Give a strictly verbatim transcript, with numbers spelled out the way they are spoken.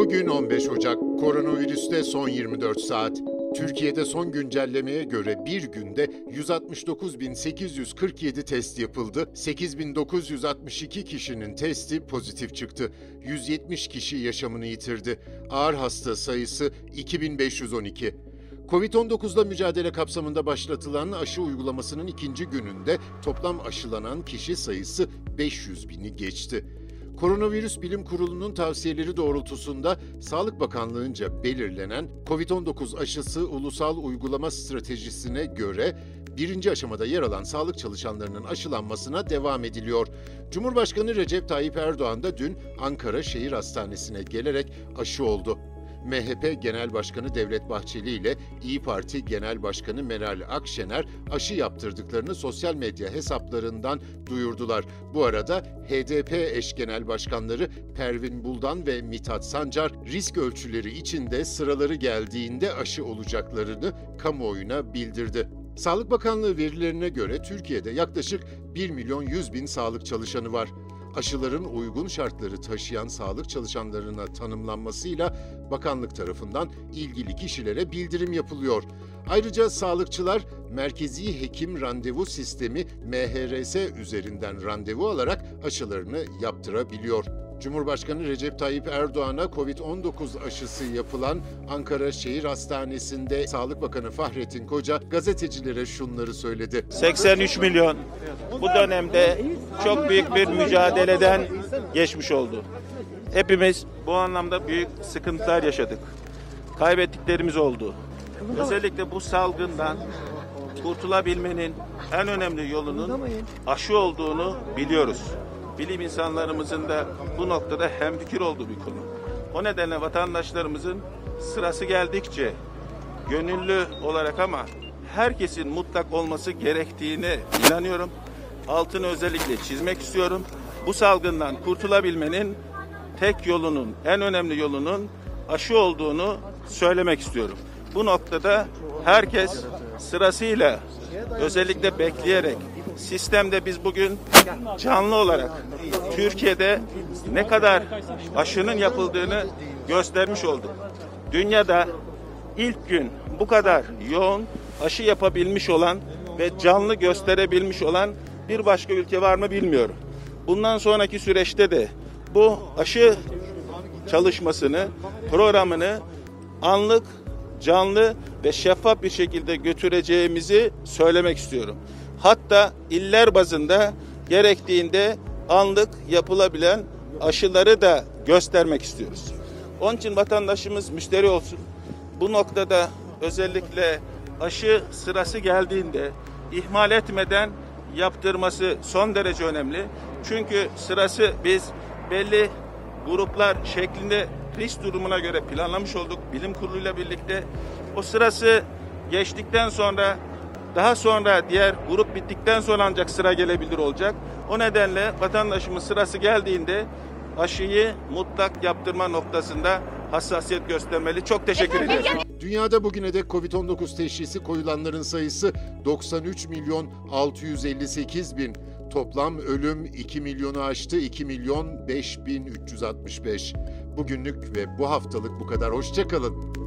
Bugün on beş Ocak, koronavirüste son yirmi dört saat. Türkiye'de son güncellemeye göre bir günde yüz altmış dokuz bin sekiz yüz kırk yedi test yapıldı. sekiz bin dokuz yüz altmış iki kişinin testi pozitif çıktı. yüz yetmiş kişi yaşamını yitirdi. Ağır hasta sayısı iki bin beş yüz on iki. Covid on dokuzla mücadele kapsamında başlatılan aşı uygulamasının ikinci gününde toplam aşılanan kişi sayısı beş yüz bini geçti. Koronavirüs Bilim Kurulu'nun tavsiyeleri doğrultusunda Sağlık Bakanlığı'nca belirlenen Covid on dokuz aşısı ulusal uygulama stratejisine göre birinci aşamada yer alan sağlık çalışanlarının aşılanmasına devam ediliyor. Cumhurbaşkanı Recep Tayyip Erdoğan da dün Ankara Şehir Hastanesi'ne gelerek aşı oldu. M H P Genel Başkanı Devlet Bahçeli ile İYİ Parti Genel Başkanı Meral Akşener aşı yaptırdıklarını sosyal medya hesaplarından duyurdular. Bu arada H D P eş genel başkanları Pervin Buldan ve Mithat Sancar risk ölçüleri içinde sıraları geldiğinde aşı olacaklarını kamuoyuna bildirdi. Sağlık Bakanlığı verilerine göre Türkiye'de yaklaşık bir milyon yüz bin sağlık çalışanı var. Aşıların uygun şartları taşıyan sağlık çalışanlarına tanımlanmasıyla bakanlık tarafından ilgili kişilere bildirim yapılıyor. Ayrıca sağlıkçılar Merkezi Hekim Randevu Sistemi M H R S üzerinden randevu alarak aşılarını yaptırabiliyor. Cumhurbaşkanı Recep Tayyip Erdoğan'a Covid on dokuz aşısı yapılan Ankara Şehir Hastanesi'nde Sağlık Bakanı Fahrettin Koca gazetecilere şunları söyledi. seksen üç milyon bu dönemde çok büyük bir mücadeleden geçmiş oldu. Hepimiz bu anlamda büyük sıkıntılar yaşadık. Kaybettiklerimiz oldu. Özellikle bu salgından kurtulabilmenin en önemli yolunun aşı olduğunu biliyoruz. Bilim insanlarımızın da bu noktada hemfikir olduğu bir konu. O nedenle vatandaşlarımızın sırası geldikçe gönüllü olarak ama herkesin mutlak olması gerektiğine inanıyorum. Altını özellikle çizmek istiyorum. Bu salgından kurtulabilmenin tek yolunun, en önemli yolunun aşı olduğunu söylemek istiyorum. Bu noktada herkes sırasıyla özellikle bekleyerek sistemde biz bugün canlı olarak Türkiye'de ne kadar aşının yapıldığını göstermiş olduk. Dünyada ilk gün bu kadar yoğun aşı yapabilmiş olan ve canlı gösterebilmiş olan bir başka ülke var mı bilmiyorum. Bundan sonraki süreçte de bu aşı çalışmasını, programını anlık, canlı ve şeffaf bir şekilde götüreceğimizi söylemek istiyorum. Hatta iller bazında gerektiğinde anlık yapılabilen aşıları da göstermek istiyoruz. Onun için vatandaşımız müşteri olsun. Bu noktada özellikle aşı sırası geldiğinde ihmal etmeden yaptırması son derece önemli. Çünkü sırası biz belli gruplar şeklinde risk durumuna göre planlamış olduk. Bilim kuruluyla birlikte o sırası geçtikten sonra daha sonra diğer grup bittikten sonra ancak sıra gelebilir olacak. O nedenle vatandaşımız sırası geldiğinde aşıyı mutlak yaptırma noktasında hassasiyet göstermeli. Çok teşekkür ederim. Dünyada bugüne dek Covid on dokuz teşhisi koyulanların sayısı doksan üç milyon altı yüz elli sekiz bin. Toplam ölüm iki milyonu aştı, iki milyon beş bin üç yüz altmış beş. Bugünlük ve bu haftalık bu kadar. Hoşça kalın.